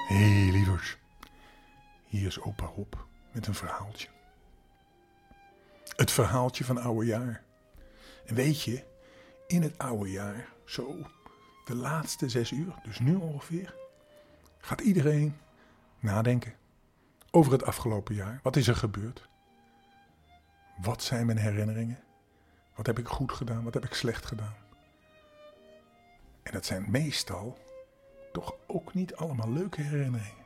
Hé, lievers. Hier is opa Rob met een verhaaltje. Het verhaaltje van oude jaar. En weet je, in het oude jaar, zo de laatste 6 uur, dus nu ongeveer, gaat iedereen nadenken over het afgelopen jaar. Wat is er gebeurd? Wat zijn mijn herinneringen? Wat heb ik goed gedaan? Wat heb ik slecht gedaan? En dat zijn meestal toch ook niet allemaal leuke herinneringen.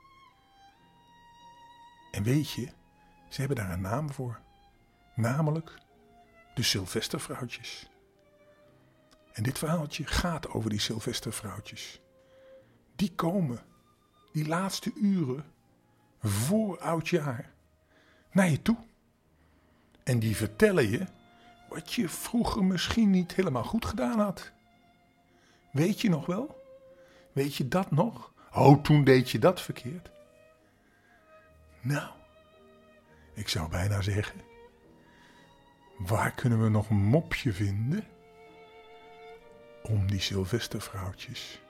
En weet je, ze hebben daar een naam voor. Namelijk de Sylvestervrouwtjes. En dit verhaaltje gaat over die Sylvestervrouwtjes. Die komen die laatste uren voor oudjaar naar je toe. En die vertellen je wat je vroeger misschien niet helemaal goed gedaan had. Weet je nog wel? Weet je dat nog? Oh, toen deed je dat verkeerd. Nou, ik zou bijna zeggen, waar kunnen we nog een mopje vinden om die Sylvestervrouwtjes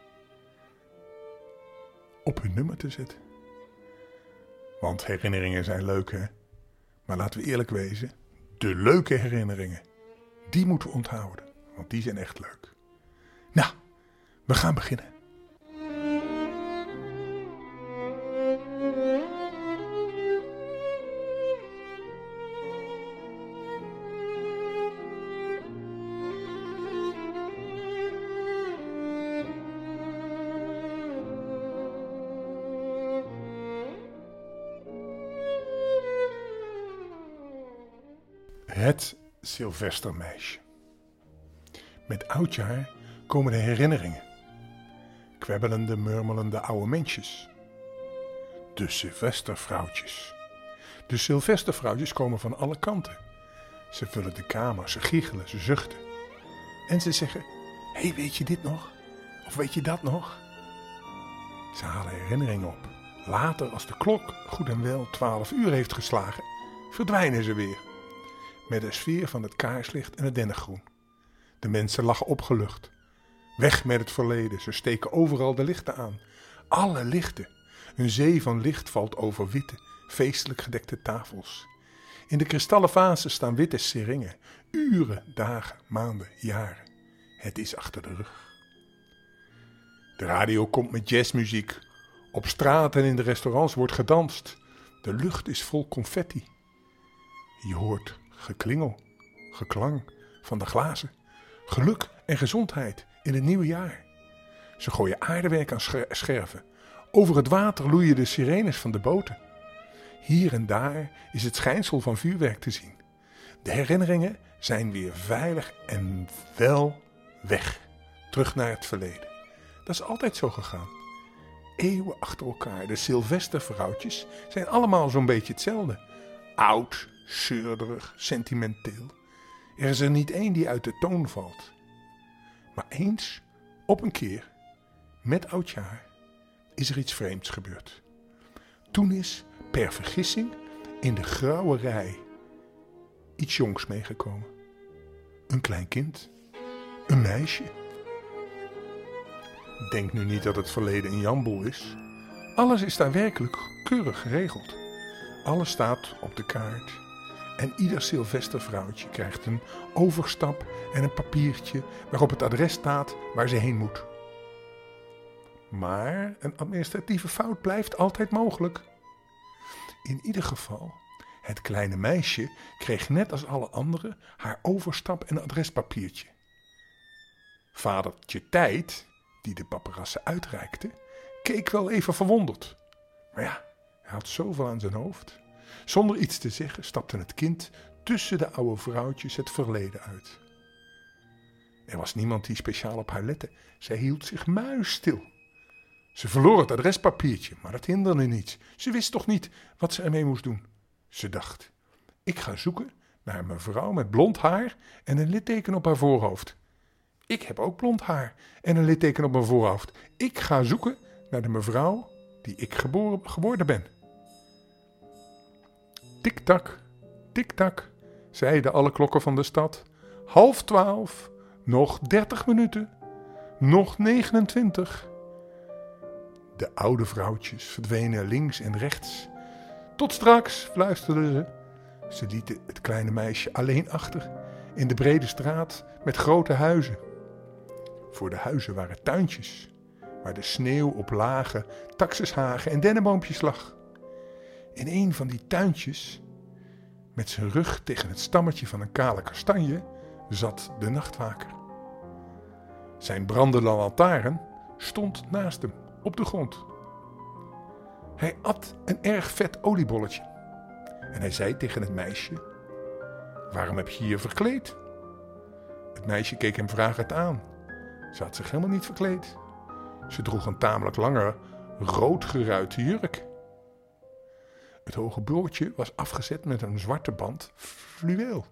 op hun nummer te zetten? Want herinneringen zijn leuk, hè? Maar laten we eerlijk wezen, de leuke herinneringen, die moeten we onthouden. Want die zijn echt leuk. Nou, we gaan beginnen. Het Sylvestermeisje. Met oudjaar komen de herinneringen. Kwebbelende, murmelende oude mensjes. De Sylvestervrouwtjes. De Sylvestervrouwtjes komen van alle kanten. Ze vullen de kamer, ze giechelen, ze zuchten. En ze zeggen, hé, weet je dit nog? Of weet je dat nog? Ze halen herinneringen op. Later, als de klok goed en wel 12 uur heeft geslagen, verdwijnen ze weer. Met de sfeer van het kaarslicht en het dennengroen. De mensen lachen opgelucht. Weg met het verleden, ze steken overal de lichten aan. Alle lichten. Een zee van licht valt over witte, feestelijk gedekte tafels. In de kristallen vazen staan witte seringen. Uren, dagen, maanden, jaren. Het is achter de rug. De radio komt met jazzmuziek. Op straat en in de restaurants wordt gedanst. De lucht is vol confetti. Je hoort geklingel, geklang van de glazen. Geluk en gezondheid in het nieuwe jaar. Ze gooien aardewerk aan scherven. Over het water loeien de sirenes van de boten. Hier en daar is het schijnsel van vuurwerk te zien. De herinneringen zijn weer veilig en wel weg. Terug naar het verleden. Dat is altijd zo gegaan. Eeuwen achter elkaar. De Sylvestervrouwtjes zijn allemaal zo'n beetje hetzelfde. Oud, zeurderig, sentimenteel. Er is er niet één die uit de toon valt. Maar eens, op een keer, met oudjaar, is er iets vreemds gebeurd. Toen is, per vergissing, in de grauwe rij iets jongs meegekomen. Een klein kind. Een meisje. Denk nu niet dat het verleden een jamboel is. Alles is daar werkelijk keurig geregeld. Alles staat op de kaart. En ieder Sylvestervrouwtje krijgt een overstap en een papiertje waarop het adres staat waar ze heen moet. Maar een administratieve fout blijft altijd mogelijk. In ieder geval, het kleine meisje kreeg net als alle anderen haar overstap en adrespapiertje. Vadertje Tijd, die de paperassen uitreikte, keek wel even verwonderd. Maar ja, hij had zoveel aan zijn hoofd. Zonder iets te zeggen stapte het kind tussen de oude vrouwtjes het verleden uit. Er was niemand die speciaal op haar lette. Zij hield zich muisstil. Ze verloor het adrespapiertje, maar dat hinderde niets. Ze wist toch niet wat ze ermee moest doen. Ze dacht, ik ga zoeken naar een mevrouw met blond haar en een litteken op haar voorhoofd. Ik heb ook blond haar en een litteken op mijn voorhoofd. Ik ga zoeken naar de mevrouw die ik geworden ben. Tik-tak, tik-tak, zeiden alle klokken van de stad. 11:30, nog 30 minuten, nog 29. De oude vrouwtjes verdwenen links en rechts. Tot straks, fluisterden ze. Ze lieten het kleine meisje alleen achter in de brede straat met grote huizen. Voor de huizen waren tuintjes, waar de sneeuw op lage taxushagen en dennenboompjes lag. In een van die tuintjes, met zijn rug tegen het stammetje van een kale kastanje, zat de nachtwaker. Zijn brandende lantaarn stond naast hem op de grond. Hij at een erg vet oliebolletje en hij zei tegen het meisje: "Waarom heb je je verkleed?" Het meisje keek hem vragend aan. Ze had zich helemaal niet verkleed. Ze droeg een tamelijk lange, roodgeruite jurk. Het hoge boordje was afgezet met een zwarte band fluweel.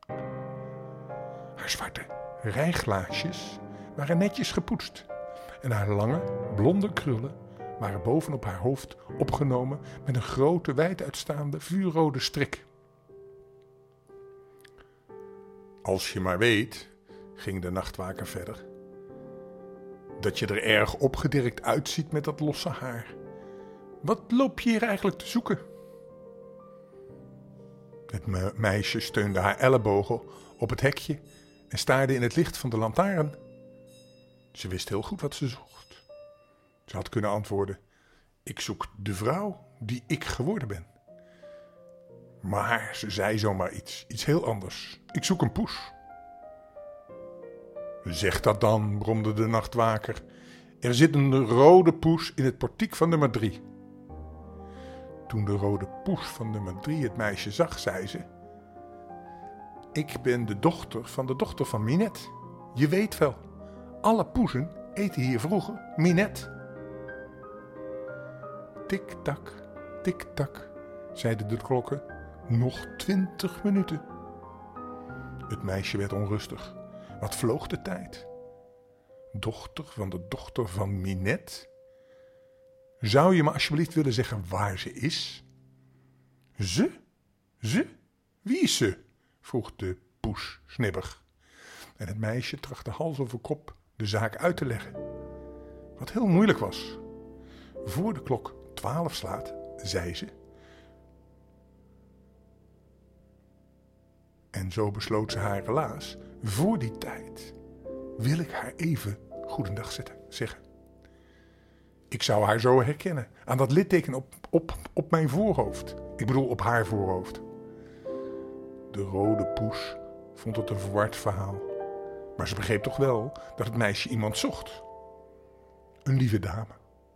Haar zwarte rijglaasjes waren netjes gepoetst en haar lange, blonde krullen waren bovenop haar hoofd opgenomen met een grote, wijd uitstaande vuurrode strik. Als je maar weet, ging de nachtwaker verder, dat je er erg opgedirkt uitziet met dat losse haar. Wat loop je hier eigenlijk te zoeken? Het meisje steunde haar ellebogen op het hekje en staarde in het licht van de lantaarn. Ze wist heel goed wat ze zocht. Ze had kunnen antwoorden: "Ik zoek de vrouw die ik geworden ben." Maar ze zei zomaar iets heel anders. "Ik zoek een poes." "Zeg dat dan," bromde de nachtwaker. "Er zit een rode poes in het portiek van nummer 3. Toen de rode poes van nummer 3 het meisje zag, zei ze: "Ik ben de dochter van Minette. Je weet wel, alle poezen eten hier vroeger Minette." Tik-tak, tik-tak, zeiden de klokken. "Nog 20 minuten. Het meisje werd onrustig. Wat vloog de tijd? Dochter van de dochter van Minette? Zou je me alsjeblieft willen zeggen waar ze is?" Ze? Wie is ze?" vroeg de poes snibbig. En het meisje trachtte hals over kop de zaak uit te leggen. Wat heel moeilijk was. Voor de klok 12 slaat, zei ze. En zo besloot ze haar relaas: voor die tijd wil ik haar even goedendag zeggen. Ik zou haar zo herkennen aan dat litteken op mijn voorhoofd. Ik bedoel op haar voorhoofd. De rode poes vond het een verward verhaal. Maar ze begreep toch wel dat het meisje iemand zocht. Een lieve dame.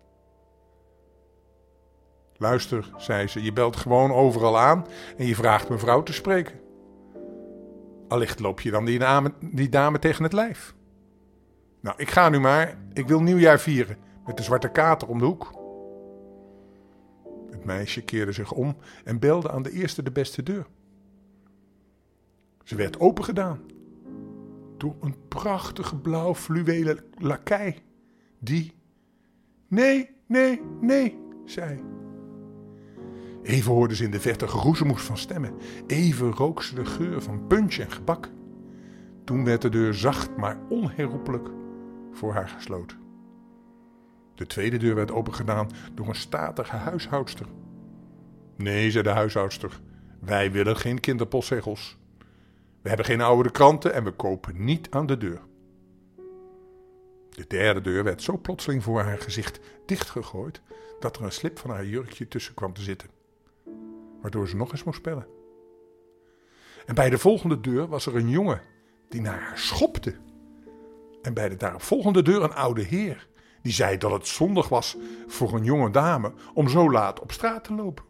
"Luister," zei ze, "je belt gewoon overal aan en je vraagt mevrouw te spreken. Allicht loop je dan die dame tegen het lijf. Nou, ik ga nu maar. Ik wil nieuwjaar vieren met de zwarte kater om de hoek." Het meisje keerde zich om en belde aan de eerste de beste deur. Ze werd opengedaan door een prachtige blauw fluwelen lakei die nee, zei. Even hoorde ze in de verte geroezemoes van stemmen. Even rook ze de geur van punch en gebak. Toen werd de deur zacht maar onherroepelijk voor haar gesloten. De tweede deur werd opengedaan door een statige huishoudster. "Nee," zei de huishoudster, "wij willen geen kinderpostzegels. We hebben geen oude kranten en we kopen niet aan de deur." De derde deur werd zo plotseling voor haar gezicht dichtgegooid dat er een slip van haar jurkje tussen kwam te zitten, waardoor ze nog eens moest bellen. En bij de volgende deur was er een jongen die naar haar schopte. En bij de daaropvolgende deur een oude heer die zei dat het zondig was voor een jonge dame om zo laat op straat te lopen.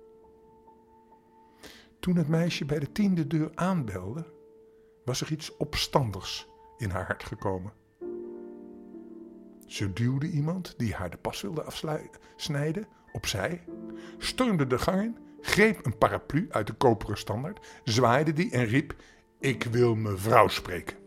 Toen het meisje bij de 10e deur aanbelde, was er iets opstandigs in haar hart gekomen. Ze duwde iemand die haar de pas wilde afsnijden opzij, stormde de gang in, greep een paraplu uit de koperen standaard, zwaaide die en riep: "Ik wil mevrouw spreken."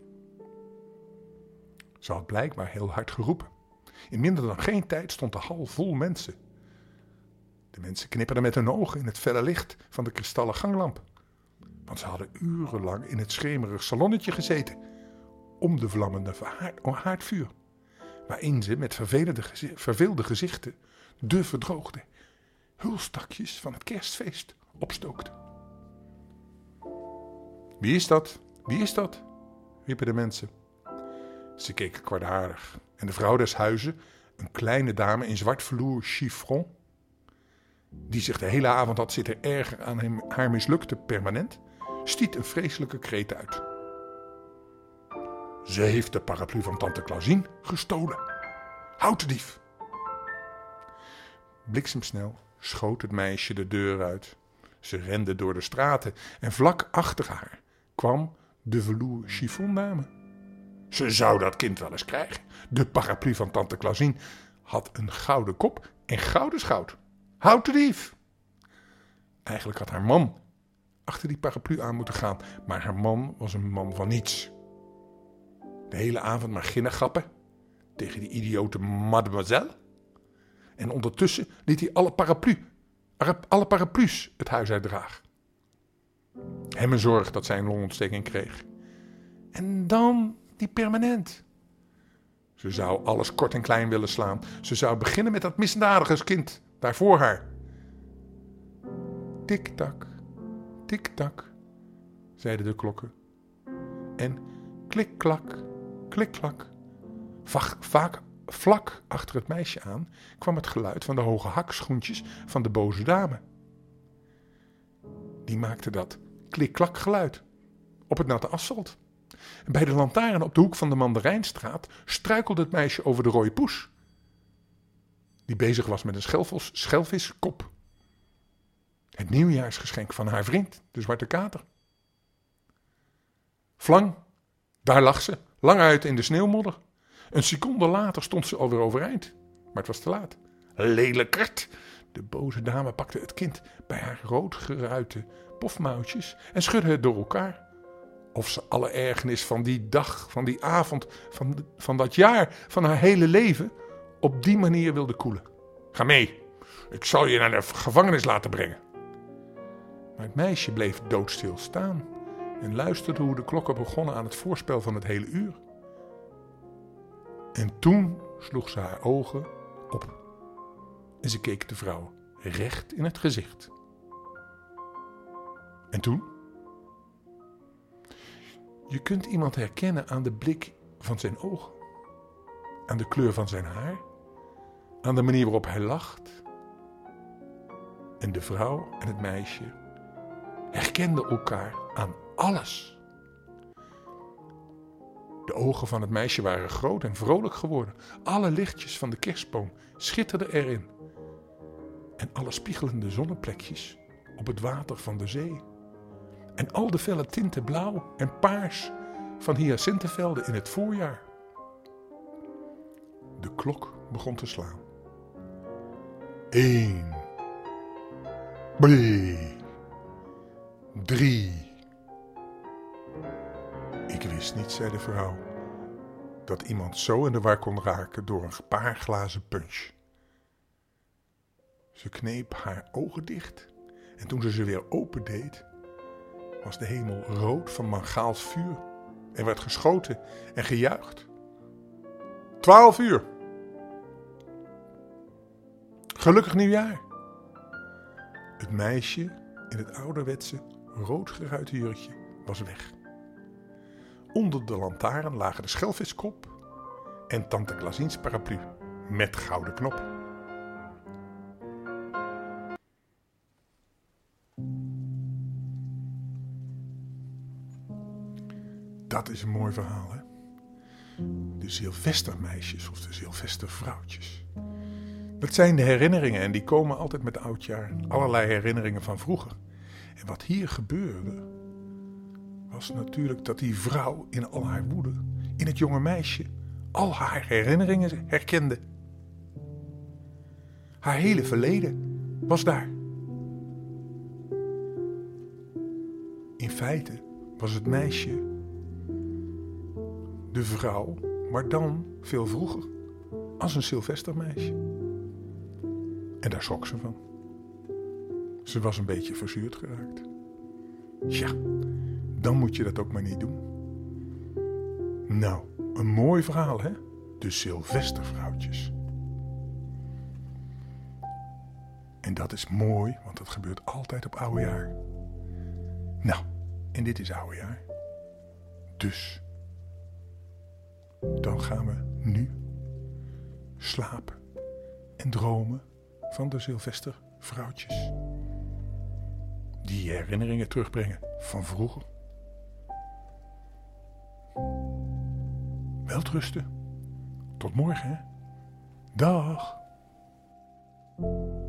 Ze had blijkbaar heel hard geroepen. In minder dan geen tijd stond de hal vol mensen. De mensen knipperden met hun ogen in het felle licht van de kristallen ganglamp. Want ze hadden urenlang in het schemerig salonnetje gezeten, om de vlammende haardvuur, waarin ze met verveelde gezichten de verdroogde hulstakjes van het kerstfeest opstookte. Wie is dat? Wie is dat? Riepen de mensen. Ze keken kwaadaardig en de vrouw des huizen, een kleine dame in zwart velour chiffon, die zich de hele avond had zitten ergeren aan haar mislukte permanent, stiet een vreselijke kreet uit. Ze heeft de paraplu van tante Clausien gestolen. Houd de dief! Bliksemsnel schoot het meisje de deur uit. Ze rende door de straten en vlak achter haar kwam de velour chiffondame. Ze zou dat kind wel eens krijgen. De paraplu van tante Clausien had een gouden kop en gouden schout. Houd de dief! Eigenlijk had haar man achter die paraplu aan moeten gaan, maar haar man was een man van niets. De hele avond maar ginnegappen tegen die idiote mademoiselle. En ondertussen liet hij alle paraplu's het huis uitdragen. Hem een zorg dat zij een longontsteking kreeg. En dan die permanent. Ze zou alles kort en klein willen slaan. Ze zou beginnen met dat misdadigers-kind daar voor haar. Tik-tak, tik-tak, zeiden de klokken. En klik-klak, klik-klak. Vaak vlak achter het meisje aan kwam het geluid van de hoge hakschoentjes van de boze dame. Die maakte dat klik-klak geluid op het natte asfalt. En bij de lantaarn op de hoek van de Mandarijnstraat struikelde het meisje over de rode poes, die bezig was met een schelviskop. Het nieuwjaarsgeschenk van haar vriend, de zwarte kater. Flang, daar lag ze, lang uit in de sneeuwmodder. Een seconde later stond ze alweer overeind, maar het was te laat. Lelijkert! De boze dame pakte het kind bij haar rood geruite pofmouwtjes en schudde het door elkaar. Of ze alle ergernis van die dag, van die avond, van dat jaar, van haar hele leven op die manier wilde koelen. Ga mee, ik zal je naar de gevangenis laten brengen. Maar het meisje bleef doodstil staan en luisterde hoe de klokken begonnen aan het voorspel van het hele uur. En toen sloeg ze haar ogen op en ze keek de vrouw recht in het gezicht. En toen? Je kunt iemand herkennen aan de blik van zijn ogen, aan de kleur van zijn haar, aan de manier waarop hij lacht. En de vrouw en het meisje herkenden elkaar aan alles. De ogen van het meisje waren groot en vrolijk geworden. Alle lichtjes van de kerstboom schitterden erin. En alle spiegelende zonneplekjes op het water van de zee. En al de felle tinten blauw en paars van hyacintenvelden in het voorjaar. De klok begon te slaan. 1, 2, 3. Ik wist niet, zei de vrouw, dat iemand zo in de war kon raken door een paar glazen punch. Ze kneep haar ogen dicht en toen ze weer opendeed, was de hemel rood van mangaals vuur. Er werd geschoten en gejuicht. 12 uur. Gelukkig nieuwjaar. Het meisje in het ouderwetse roodgeruite jurkje was weg. Onder de lantaarn lagen de schelviskop en tante Clausiens paraplu met gouden knop. Dat is een mooi verhaal, hè? De Sylvestermeisjes of de Sylvestervrouwtjes. Dat zijn de herinneringen en die komen altijd met oudjaar. Allerlei herinneringen van vroeger. En wat hier gebeurde, was natuurlijk dat die vrouw in al haar woede, in het jonge meisje, al haar herinneringen herkende. Haar hele verleden was daar. In feite was het meisje de vrouw, maar dan veel vroeger, als een Sylvestermeisje. En daar schrok ze van. Ze was een beetje verzuurd geraakt. Tja, dan moet je dat ook maar niet doen. Nou, een mooi verhaal, hè? De Sylvestervrouwtjes. En dat is mooi, want dat gebeurt altijd op Oudejaar. Nou, en dit is Oudejaar. Dus, dan gaan we nu slapen en dromen van de Sylvestervrouwtjes. Die herinneringen terugbrengen van vroeger. Welterusten. Tot morgen, hè. Dag.